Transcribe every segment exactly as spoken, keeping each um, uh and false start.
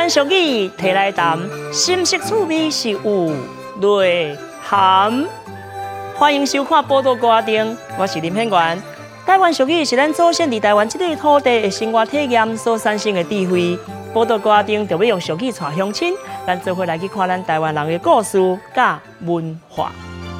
湾俗语摕来谈，深色趣味是有内涵。欢迎收看《报道歌丁》，我是林显元。台湾俗语是咱祖先伫台湾这个土地的生活体验所产生的智慧。报道歌丁就要用俗语带乡亲，咱做伙来去看咱台湾人的故事甲文化。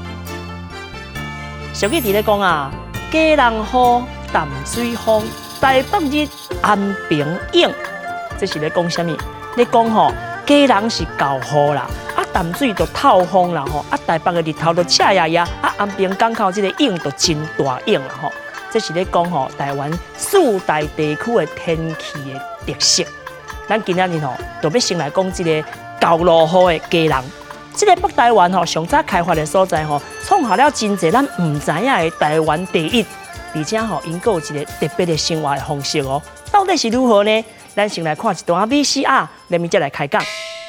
俗语伫咧讲啊，家人好，淡水风，台北日安平影。这是咧讲啥物？咧讲吼，家人是够好啦，啊淡水就透风啦吼，啊台北的日头就赤呀呀，啊安平港口这个影就真大影啦吼。这是咧讲吼，台湾四大地区的天气的特色。咱今仔日吼，就要先来讲这个够落雨的家人。这个北台湾吼，上早开发的所在吼，创下了真侪咱唔知影的台湾第一，而且吼，因有一个特别的生活的方式哦。到底是如何呢？咱先来看一段 V C R， 然后再来开讲。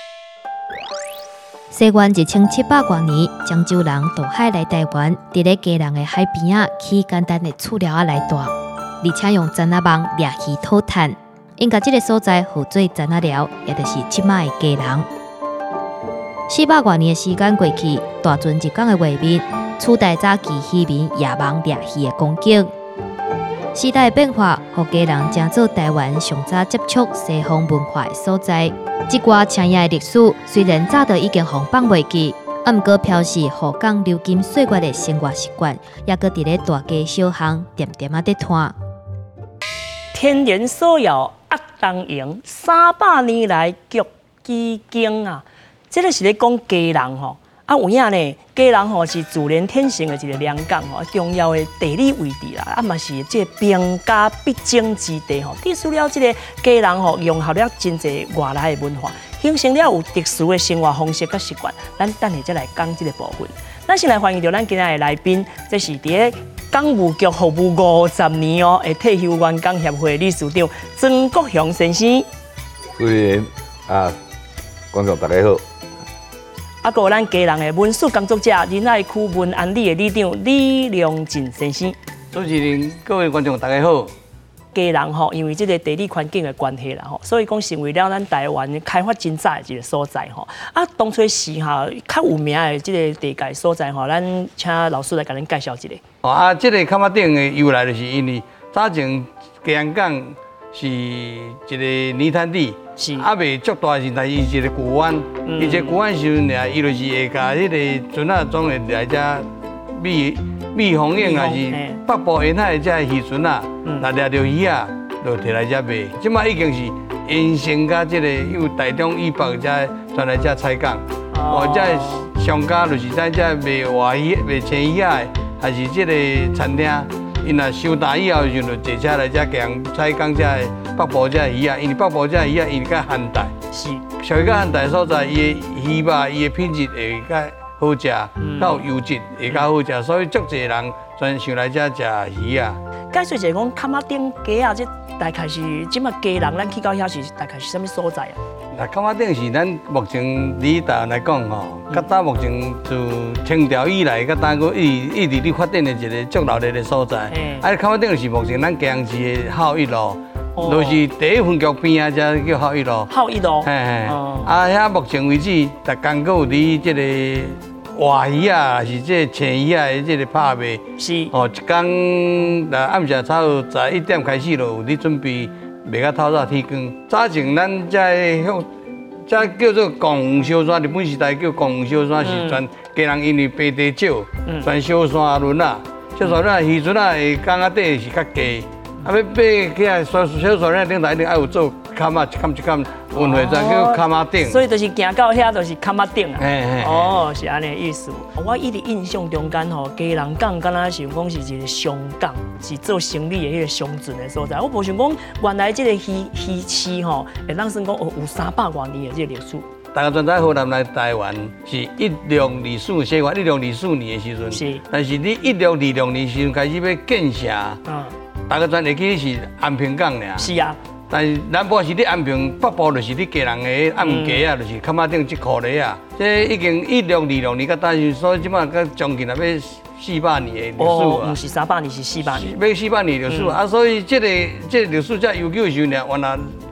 西元一千七百多年，漳州人渡海来台湾，伫咧家人的海边啊，起简单的厝寮啊来住，而且用漳仔网掠鱼讨趁，因甲这个所在号做漳仔寮，也就是即卖的家人。四百多年的时间过去，大船入港的画面，取代早期渔民夜网掠鱼的光景。时代的变化，互家人成做台湾上早接触西方文化的所在。这段青野的历史，虽然早就已经放放袂记，啊，毋过表示沪港流金岁月的生活习惯，也搁伫咧大街小巷点点啊伫摊。 天然所有压当营，三百年来剧基经啊！这个是咧讲家人吼，啊有影呢，家人吼是自然天生的一个良港吼，重要的地理位置啦，啊嘛是这个兵家必争之地吼。提出了这个家人吼，融合了真侪外来的文化，形成了有特殊的生活方式甲习惯。咱等下再来讲这个部分。咱先来欢迎到咱今日的来宾，这是伫咧港务局服务五十年哦，的退休员工协会理事长曾国雄先生。 主持人啊，观众大家好。 啊，还有咱家人的文史工作者，仁爱区文安里的里长李良进先生。 主持人、各位观众大家好。 家人吼，因为这个地理环境的关系啦吼，所以讲成为了咱台湾开发真早的一个所在吼。啊，当初是哈较有名的这个地界所在吼，咱请老师来给咱介绍一下。 哦啊，这个坎仔顶的由来就是因为早前嘉阳港是一个泥滩地。是啊，未足大的时代，伊一个古湾，伊、嗯、一个古湾时阵尔，伊就是会甲迄个船啊，总会来遮蜜蜜蜂营，还是北部沿海遮渔船啊，来掠着鱼啊，就摕来遮卖。即摆已经是延伸甲即个有台中以北遮传来遮采港，哦，遮商家就是在遮卖活鱼、卖青鱼啊，还是即个餐厅。因若收单以后，就就坐车来遮强采港遮北部遮鱼啊，因为北部遮鱼啊，因较寒带，是，稍微较寒带所在，伊的鱼肉伊的品质会较好食，较有优质，会较好食，所以足侪人专想来遮食鱼啊。 介绍一下讲坎仔顶街啊，这大概是即卖家人，咱去到遐是大概是啥物所在啊？ 那坎仔顶是咱目前离台湾来讲吼，甲咱目前自清朝以来，甲咱个一一直咧发展的一个足热闹的所在。啊，坎仔顶是目前咱嘉阳市的孝一路，就是第一分局边啊，遮叫孝一路。孝一路。嘿嘿。啊，遐目前为止，逐工阁有伫即个活鱼啊，还是即个青鱼啊的即个拍卖。是。哦，一工来暗时差不多十一点开始就有咧准备。卖到透早天光，早前咱这向这叫做公园小山，日本时代叫公园小山，是全家人因为爬地少，全小山轮啊，小山轮渔船啊，港仔底是较低，啊要爬起来小小山轮顶头一定要有做坎仔一坎一坎，运回转叫坎仔顶。 所以就是行到遐就是坎仔顶啊。哦，是安尼意思。我一直印象中间吼，家人港敢若想讲是一个商港，是做生意的迄个商船的所在。我无想讲原来这个渔渔市吼，会当算讲哦有三百多年的这个历史。 大家全知河南来台湾是一六二四，西元一六二四年的时阵。是。但是你一六二六年时阵开始要建城，嗯，大家全会记是安平港尔。是啊。但是南部是咧安平，北部就是咧家人的暗街啊，就是坎仔顶即块咧啊。这已经一六二六年，甲当时所以即摆甲将近啊要四百年的历史啊。 哦，唔是三百年，是四百年。 要四百年历史啊，所以这个这个历史才悠久的时候呢，原来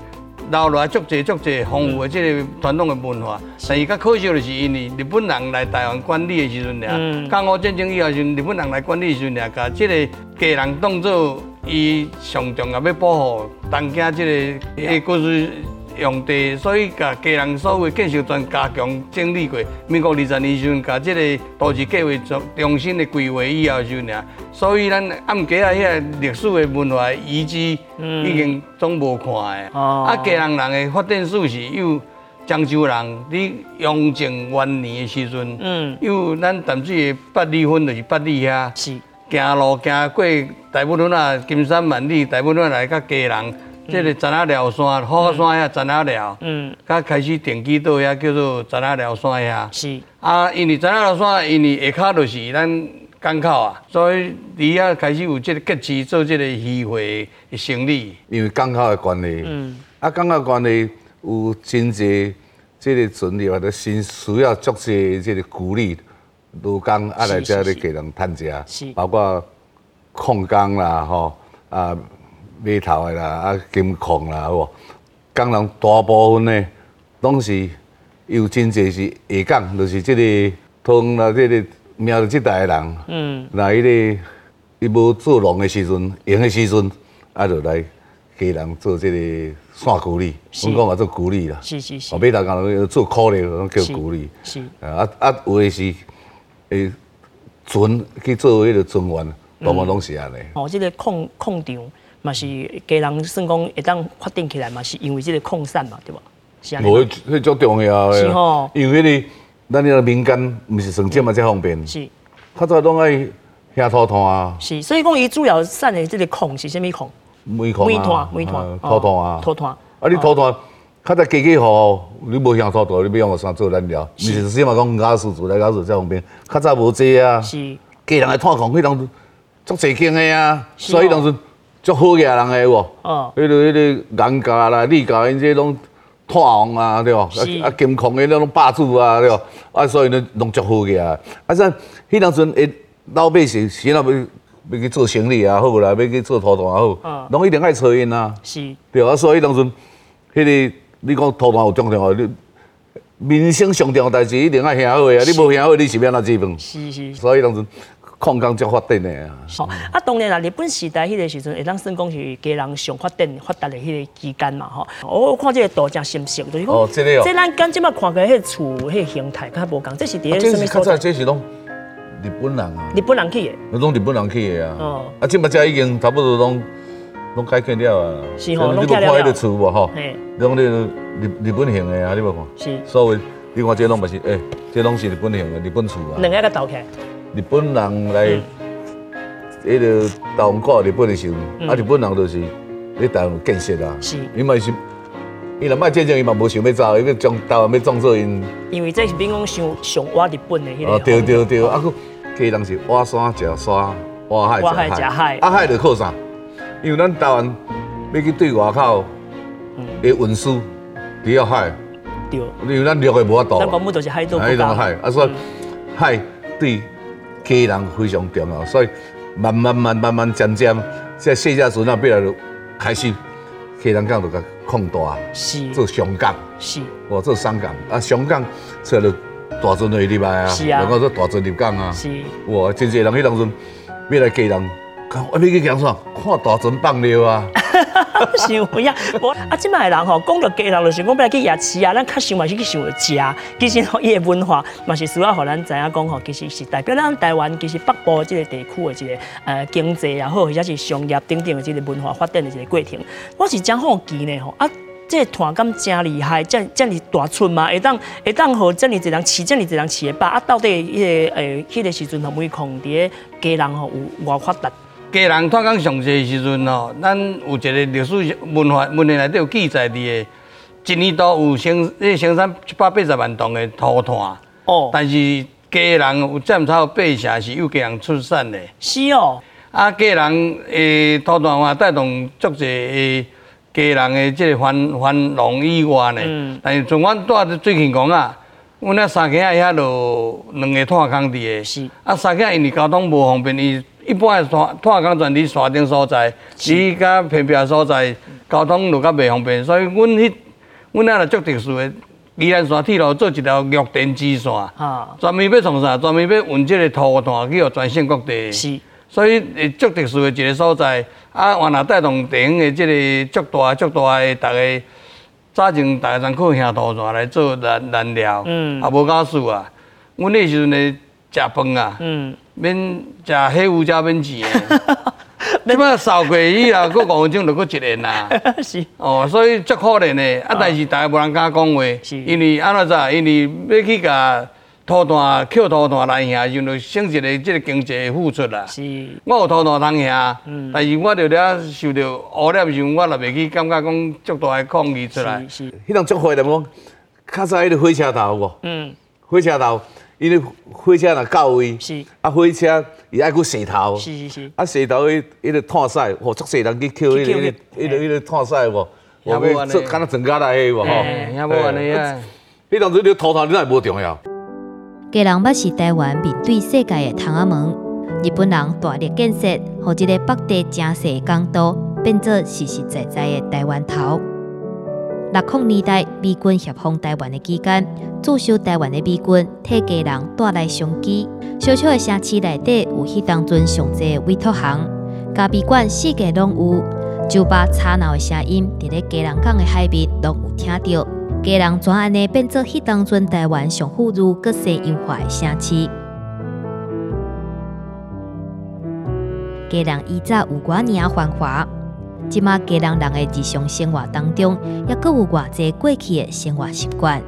留落来足侪足侪丰富的这个传统的文化。但是较可惜就是因为日本人来台湾管理的时阵俩，甲午战争以后时，日本人来管理的时阵俩，甲这个家人当做伊上重要要保护东京这个诶故事用地，所以甲家人所有建设全加强整理过。民国二十年时阵，甲这个都市计划重重新的规划以后时阵俩，所以咱暗街啊遐历史的文化遗迹已经总无看的。嗯、啊，家人人的发展史是有漳州人伫雍正元年的时阵，嗯，有咱淡水的八里分就是八里遐，是行路行过大部分啊金山万里，大部分来甲家人。这个zanah寮山、好山遐zanah寮，嗯，甲开始定基岛遐叫做zanah寮山遐。是。啊，因为zanah寮山，因为下骹就是咱港口啊，所以伫遐开始有这个结市做这个渔会的生意。 因为港口的关系，嗯，啊，港口的关系有真济这个船业或者新需要足济这个鼓励劳工啊来遮咧给人趁食，包括矿工啦，吼啊。码头的啦，啊金矿啦，好无？港人大部分呢，拢是有真济是下港，就是即个通啦，即个苗栗即代的人，嗯，来迄个伊无做农的时阵，闲的时阵，啊，就来家人做即个线鼓励，阮讲话做鼓励啦，是是是，哦，码头工人做苦力，拢叫鼓励，是，啊啊有的是诶船去做迄个船员，多半拢是安尼。 哦，即个矿矿场。嘛是家人算讲会当发展起来嘛，是因为这个扩散嘛，对吧？是安尼。 无，迄足重要的。是吼。因为迄个咱迄个民间，毋是算这么这方便。是。较早拢爱下土炭啊。 是，所以讲伊主要产的这个矿是啥物矿？ 煤矿啊。 煤炭，煤炭。 土炭啊。 土炭。 啊，你土炭，较早家家户户你无下土炭，你要用啥做燃料？毋是是嘛讲雅士做来雅士这方便，较早无这啊。是。家人的炭矿，迄当足济间的啊，所以当时。足好野人的喎，哦，迄个迄个银价啦、鋰价，因这拢炭王啊，对无？啊，金矿的那种霸主啊，对无？啊，所以呢，拢足好个啊。啊，像迄当阵，诶，老百姓先啊要要去做生意啊，好啦，要去做土炭也好，拢一定爱找因啊。是，对啊，所以当阵，迄个你讲土炭有重要，你民生上重要代志一定爱行好个啊。你无行好，你是要哪治饭？是是。所以当阵。矿工足发展的啊！ 好啊，当然啦，日本时代迄个时阵，会当算讲是家人上发展发达的迄个期间嘛，吼。我看这个图真新鲜，就是讲，哦，这个哦，这咱今即摆看起来，迄个厝迄个形态较无共，这是伫咧什么所在？ 这是拢日本人啊！ 日本人去的， 那种日本人去的啊！哦，啊，即摆遮已经差不多拢拢改建了啊！ 是吼，拢改了了。你无看迄个厝无吼？嘿，拢迄个日日本型的啊！你无看？是。所以你看这拢嘛是，诶，这拢是日本型的日本厝啊。 两个个斗起来。 日本人来，迄个台湾过日本的时候，啊，日本人就是咧台湾建设啊。是。伊嘛是，伊若卖战争，伊嘛无想要走，伊要将台湾要当做因。 因为这是比讲上上挖日本的迄个。哦， 对对对，啊，佮家人是挖山食山，挖海食海。挖海食海。啊，海就靠啥？因为咱台湾要去对外口的运输，伫要海。对。因为咱陆的无法度。 咱根本就是海做国家。 海啊，所以海对。家人非常重要，所以慢慢慢慢慢渐渐，即卸下船啊，变来就开始家人港就甲扩大，是做商港，是哇做商港啊，商港出来大船就会入来啊，是啊，然后做大船入港啊，是哇，真侪人迄当阵要来家人，讲我要去行啥？看大船放料啊。想呀，无啊！即摆人吼，讲到家人就是讲要来去夜市啊，咱较想嘛是去想着食。其实吼，伊的文化嘛是需要互咱知影讲吼，其实是代表咱台湾其实北部即个地区的一个呃经济也好，或者是商业等等的即个文化发展的一个过程。我是真好奇呢吼啊！这团敢真厉害，这这么大寸嘛，会当会当互这么一人饲，这么一人饲的饱啊！到底迄个诶，迄个时阵吼，煤矿伫个家人吼有偌发达？家人拓工上济的时阵吼，咱有一个历史文化文献内底有记载伫个，一年都有生迄生产一百八十万吨的土炭。哦。但是家人有占超八成是由家人出产的。是哦。啊，家人诶土炭话带动足济诶家人的即个繁繁荣以外呢。嗯。但是从阮住伫水坑港啊，阮遐三溪仔遐就两个炭坑伫个。是。啊，三溪因为交通无方便，伊。 一般的拖拖工全伫山顶所在，离较偏僻所在，交通就较袂方便，所以阮迄阮遐就足特殊的。宜兰山铁路做一条玉电支线，专门要创啥？专门要运这个涂炭去互全省各地。是，所以会足特殊的一个所在。啊，原来带动地方的这个足大足大的，逐个早前逐个人靠乡涂炭来做燃燃料，嗯，也无假数啊。阮那时阵咧食饭啊，嗯，免食黑油加免钱的。即摆扫过以后，搁五分钟就搁一年啦。是。哦，所以足可怜的。啊，但是大家无人敢讲话，因为安怎咋？因为要去甲涂炭、捡涂炭来下，就着省一个即个经济付出啦。是。我有涂炭通下，嗯，但是我着了受到污染时，我也袂去感觉讲足大的抗议出来。是。 迄种足坏的讲，较早迄个火车头无？嗯。火车头。因为火车若到位，是啊，火车伊爱去洗头，是是是，啊洗头迄迄个炭屎，吼，足侪人去捡迄个迄个迄个炭屎无，我要做敢若增加来迄无吼， 也无安尼啊。 迄当时你涂炭你哪会无重要？ 基隆捌是台湾面对世界的窗仔门，日本人大力建设，互一个北地真细的港都变做实实在在的台湾头。六零年代美军协防台湾的期间，驻守台湾的美军替基隆带来商机。小小的城市内底有迄当阵上济的委托行，咖啡馆四界拢有，酒吧吵闹的声音，伫咧基隆港的海边拢有听到。基隆怎安尼变做迄当阵台湾上富裕、搁西优化的城市？基隆以早有偌尔啊繁华。即马基隆人的日常生活当中，也阁有偌济过去的生活习惯。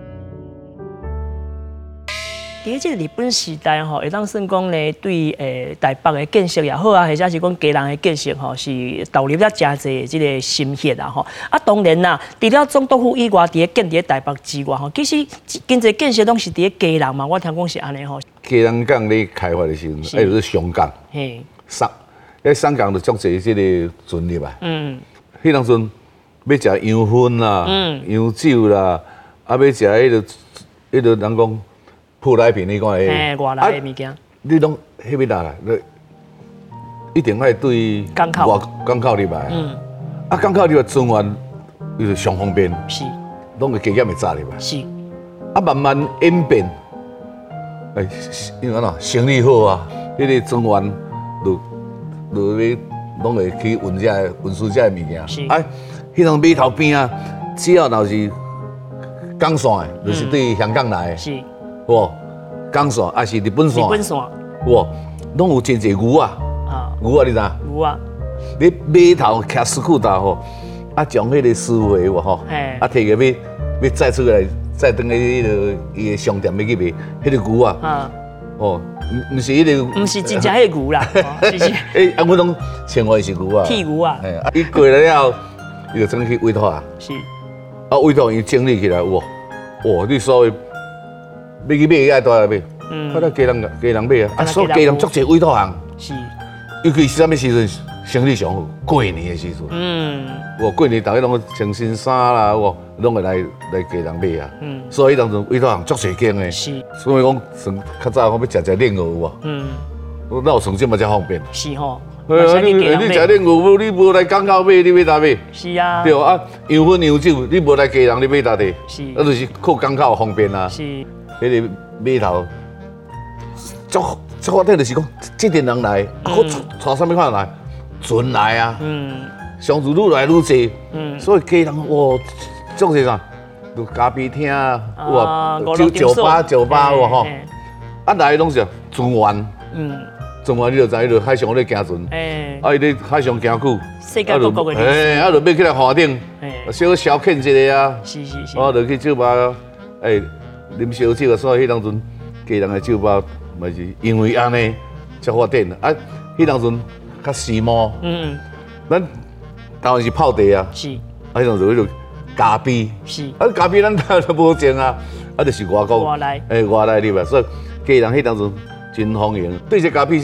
伫即个日本时代吼，会当算讲咧，对诶台北的建设也好啊，或者是讲基隆的建设吼，是投入了真济的即个心血啊吼。啊，当然啦，除了总督府以外，伫咧建伫台北之外吼，其实经济建设拢是伫咧基隆嘛。我听讲是安尼吼。 基隆港咧开发的时阵，还就是上港，嘿，上。迄上港就足侪即个船入啊，嗯，迄当阵要食洋薰啦，嗯，洋酒啦，啊要食迄个迄个人讲舶来品，你讲诶， 外来的物件， 你拢迄边来，你一定爱对港口外港口入来，嗯，啊港口入来资源又是上方便，是，拢个加减会炸入来，是，啊慢慢演变，诶，因为喏生意好啊，迄个资源就。落去拢会去运遮运输遮的物件，哎，迄种码头边啊，只要若是港线的，就是对香港来的，是，哇，港线还是日本线，日本线，哇，拢有真侪牛啊，啊，牛啊，你知？牛啊，你码头徛石库大吼，啊，将迄个师傅有无吼，啊，摕个要要再出来，再登去迄个伊个商店要去卖，迄个牛啊，哦。毋是迄个， 毋是真正迄个牛啦，是是。 诶，啊，我拢穿话是牛啊， 铁牛啊。 哎，啊，伊过来了，伊就转去委托啊。是。啊，委托伊整理起来，哇，哇，你所谓要去买伊爱倒来买，嗯，快到家人家人买啊，啊，所以家人足侪委托行。是。尤其是啥物时阵生意上好，过年的时阵。嗯。哇，过年大家拢穿新衫啦，哇，拢会来来家人买啊。嗯。所以当阵委托行足侪间的。是。所以讲，从较早我要食食冷蚵有无？嗯。那有从这嘛才方便。 是吼。 哎，你你食冷蚵，你无来港口买，你买哪买？是啊。对啊，洋薰洋酒，你无来家人，你买哪地？是。啊，就是靠港口方便啊。是。迄个码头，足足发展就是讲，这点人来，啊，我带啥物款来？船来啊。嗯。商住愈来愈济。嗯。所以家人哇，足侪啥？就咖啡厅啊，哇，酒酒吧酒吧哇吼。啊，来拢是船员。嗯。船员你就知，伊就海上咧行船。哎。啊，伊咧海上行久。 世界各国的。 哎，啊，就要起来河顶，小消遣一下啊。 是是是。 啊，就去酒吧，哎。啉烧酒啊，所以迄当阵家人的酒吧，嘛是因为安尼才发展啊。迄当阵较时髦，嗯，咱台湾是泡茶啊，是，啊，迄当阵迄个咖啡，是，啊，咖啡咱台都无种啊，啊，就是外国，外来，诶，外来入啊，所以家人迄当阵真欢迎。对这咖啡车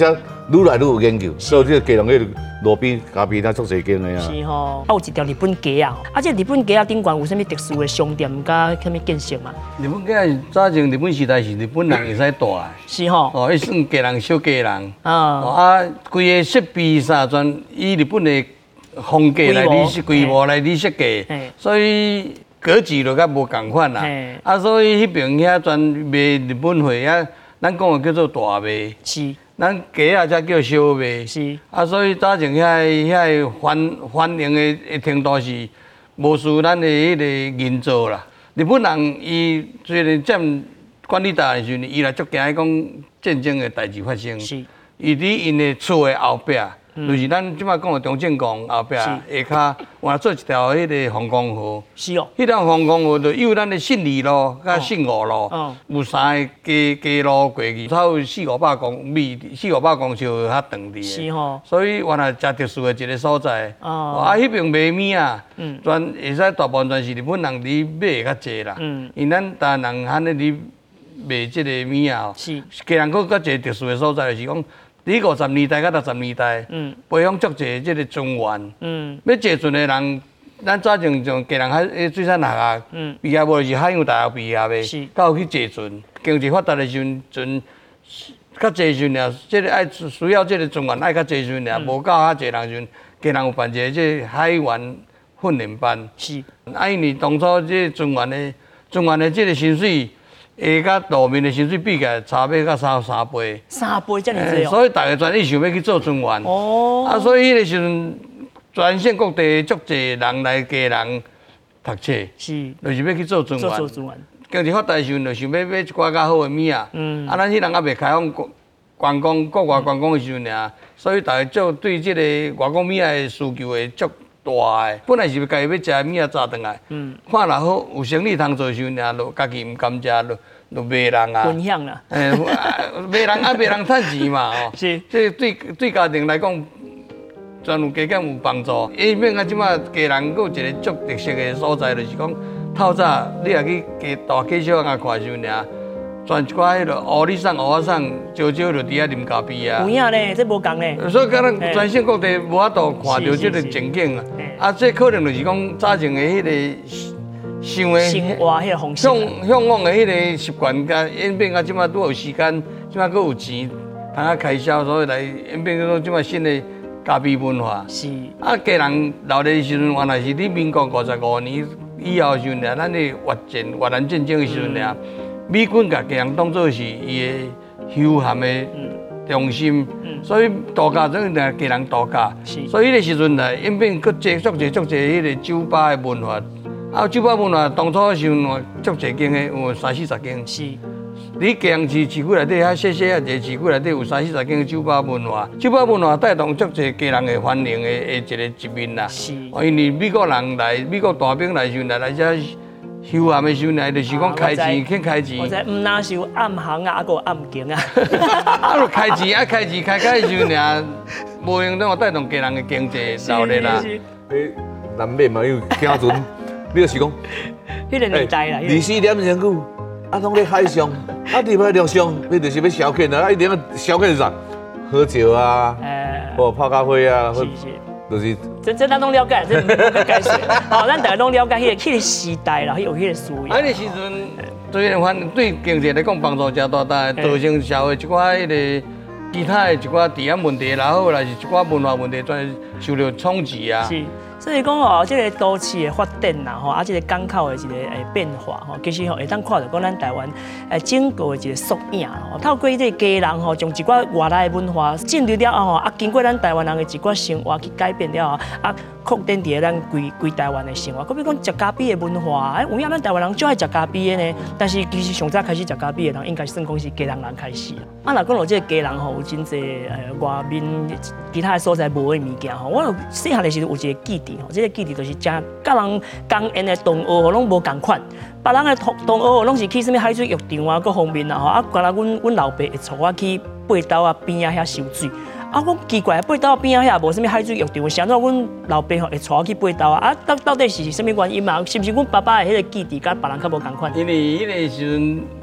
愈来愈有研究，所以这个鸡笼迄路边、咖啡它足侪间的啊。 是吼，啊有一条日本鸡啊，啊这日本鸡啊顶悬有啥物特殊的商店甲啥物建设嘛？ 日本鸡早前日本时代是日本人会使带的， 是吼， 哦，迄算鸡笼小鸡笼， 啊， 啊，规个设备啥全以日本的风格来理设规模来理设计，所以格局就较无共款啦。啊，所以迄边遐专卖日本货啊，咱讲的叫做大卖。 是。 咱鸡啊才叫小卖。是。啊，所以早前遐遐欢欢迎的的程度是无输咱的迄个人造啦。日本人伊虽然占管理大的时阵，伊来足惊讲战争的代志发生。是。伊伫因的厝的后壁。嗯、就是咱即摆讲的中正宫后壁下骹，换做一条迄个皇宫河。是哦。迄条皇宫河就有咱的信义路、甲信五路，哦、有三个街街路过去，差有四五百公米，四五百公尺较长伫。是吼。所以原来真特殊的一个所在。哦。啊，迄边卖米啊，嗯，全会使大部分全是日本人伫买较济啦。嗯。因咱台湾人罕咧伫卖即个米啊，是。家人佫较一个特殊的所在就是讲。伫五十年代到六十年代，嗯，培养足济即个资源，嗯，要坐船的人，咱早前从家人海水产大学，嗯，毕业无就是海洋大学毕业的，是，到去坐船，经济发达的时阵，船较济时阵啊，即个爱需要即个资源爱较济时阵啊，无够较济人时阵，家人有办一个即个海员训练班，是，啊，因为当初即个资源的资源的即个薪水。下甲路面的薪水比起来，差别甲三三倍。 三倍遮尔济哦。 所以大家专一想要去做船员。哦。啊，所以迄个时阵，全县各地足济人来家人读册。是。就是要去做船员。做船员。经济发达的时阵，就想要买一寡较好的米啊。嗯。啊，咱迄人还未开放观光国外观光的时阵尔，所以大家就对即个外国米的需求会足。大诶，本来是要家己要食米啊炸转来，嗯，看若好有生意通做时阵，尔，就家己毋甘食，就就卖人啊。 分享啦。 诶，卖人啊，卖人趁钱嘛，哦。是。这对对家庭来讲，全有加减有帮助。因免啊，即马家人佫有一个足特色的所在，就是讲透早你若去家大街小巷看时阵尔。全一寡迄落乌里送乌啊送，少少就伫遐啉咖啡啊。有影咧，这无共咧。所以敢咱全省各地无法度看到即个情景啊。啊，这可能就是讲早前的迄个想的生活迄个方式，向向往的迄个习惯，甲演变到即马拄有时间，即马佫有钱，通啊开销，所以来演变到即马新的咖啡文化。是。啊，家人老的时阵，原来是伫民国五十五年以后时阵俩，咱的越战越南战争的时阵俩。美军甲家人当作是伊的休闲的中心，嗯、所以度假总是家人度假。所以迄个时阵来演变佫接触者足济迄个酒吧的文化。啊，酒吧文化当初的时候足济间的，有三四十间。是。你家人市市区内底遐细细啊一个市区内底有三四十间酒吧文化。酒吧文化带动足济家人的欢迎的的一个一面啦。是。因为美国人来，美国大兵来时阵来来遮。休闲的时候，就是讲开钱，去开钱。我知，唔哪是有暗行啊，还有暗景啊。啊，就开钱啊，开钱开开的时候，尔无用当带动家人的经济闹热啦。 诶，难免嘛，因为行船，你就是讲， 迄个年代啦， 二四点钟久，啊，拢咧海上，啊，入海陆上，你就是要消遣啊，啊，一定要消遣是啥？喝酒啊，或泡咖啡啊，或。就是， 这这咱拢了解，这唔要解释。好，咱大家拢了解迄个迄个时代啦，迄有迄个需要。 啊，那时阵虽然反对经济来讲帮助真大，但造成社会一寡迄个其他的一寡治安问题，然后来是一寡文化问题，全受到冲击啊。是。 所以讲哦，这个都市的发展啦，吼，啊，这个港口的一个诶变化，吼，其实吼会当看到讲咱台湾诶整个的一个缩影吼。透过这个家人吼，将一寡外来的文化进入了后，啊，经过咱台湾人的一寡生活去改变了后，啊，扩展伫咱规规台湾的生活。比如讲食咖啡的文化，诶，有影咱台湾人最爱食咖啡的呢。但是其实上早开始食咖啡的人，应该算讲是家人人开始。啊，若讲到这个家人吼，有真济诶外面其他的所在无的物件吼，我细汉的时候有一个记忆。这个基地就是食甲人公园的同学拢无共款，别人的同同学拢是去什么海水浴场啊，各方面啊吼，啊，原来阮阮老爸会带我去八斗啊边啊遐游水，啊，我奇怪八斗边啊遐无什么海水浴场，想到阮老爸吼会带我去八斗啊，啊，到到底是什么原因啊？是不是阮爸爸的迄个基地甲别人较无共款？ 因为迄个时阵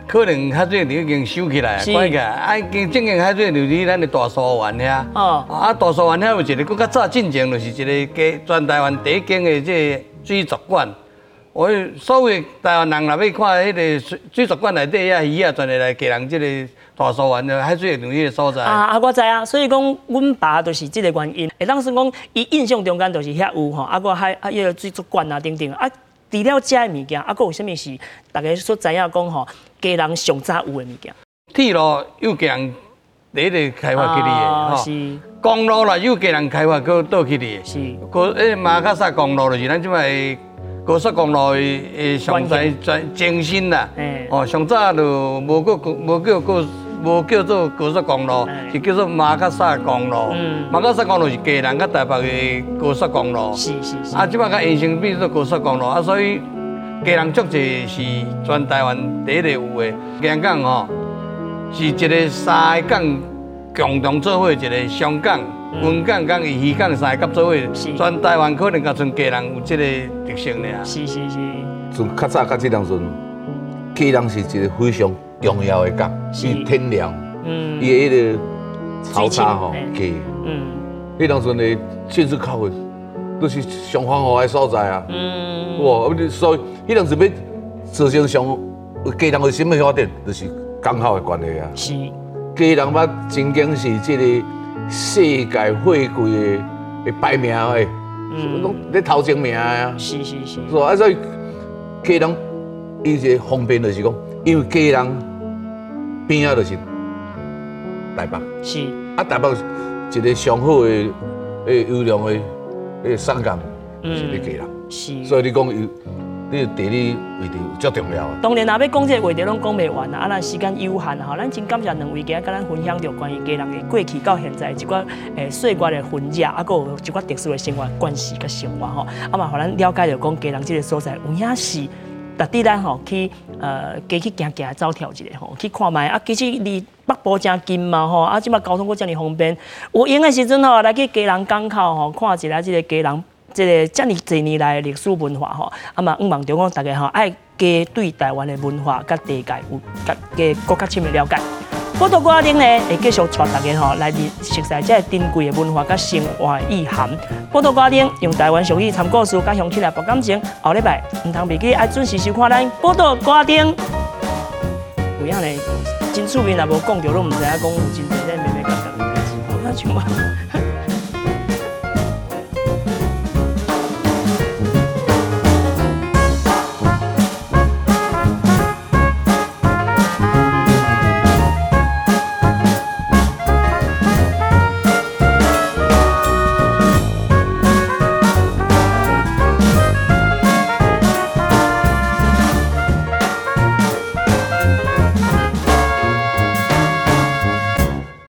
可能海水流已经收起来，关起来，啊，经正经海水流去咱的大沙湾遐。哦。啊，大沙湾遐有一个，搁较早进前就是一个家全台湾第一间的这个水族馆。我所有台湾人若要看迄个水水族馆内底遐鱼啊，全部来家人这个大沙湾的海水流迄个所在。 啊啊，我知啊，所以讲阮爸就是这个原因。会当算讲，伊印象中间就是遐有吼，啊个海啊迄个水族馆啊等等啊。除了这物件，啊，佫有啥物是大家所知影讲吼，家人上早有的物件。 铁路有家人第一个开发起嚟的吼，是。 公路啦，有家人开发去倒起嚟的。是。高诶马卡萨公路就是咱即摆高速公路的诶上在全精新啦。诶。哦，上早就无个无叫个无叫做高速公路，是叫做马卡萨公路。嗯。马卡萨公路是家人甲台北的高速公路。是是是。啊，即摆甲延伸变做高速公路，啊，所以家人足济是全台湾第一个有的。家人讲吼，是一个三个港共同做伙一个商港、文港、港渔港三个做伙，全台湾可能甲剩家人有这个特色尔。是是是。 从较早到这当阵，家人是一个非常重要的港，伊天然，嗯，伊的迄个草茶吼，给，嗯，迄当阵的建设靠的，都是上繁华的所在啊，嗯，哇，所以迄当时要造成上家人的什么发展，就是港口的关系啊。是，家人捌曾经是这个世界货柜的的排名的，嗯，拢咧头前名啊。是是是。是啊，所以家人伊一个方便就是讲，因为家人边仔就是台北，是啊，台北一个上好的诶优良的诶产港是咧家人，是，所以你讲有你地理位置足重要啊。 当然，若要讲这个话题，拢讲袂完啊，啊，咱时间有限啊，吼，咱真感谢两位今日甲咱分享着关于家人的过去到现在一寡诶细寡的婚嫁，啊，佮有一寡特殊的生活关系甲生活吼，啊嘛，互咱了解着讲家人这个所在有影是。值得咱吼去呃，加去行行走跳一下吼，去看卖啊。其实离北部真近嘛吼，啊，即马交通佫遮尔方便。有闲的时阵吼，来去家人港口吼，看一下即个家人即个遮尔侪年来的历史文化吼。啊嘛，毋望着讲大家吼爱加对台湾的文化甲地界有甲加更较深的了解。报道歌顶呢会继续带大家吼来熟悉这个珍贵的文化甲生活意涵。报道歌顶用台湾俗语参故事甲乡亲来博感情。后礼拜唔通袂记爱准时收看咱报道歌顶。有影呢，真趣味，若无讲着，拢唔知影讲有真侪咧咩咩角角的代志，那像嘛。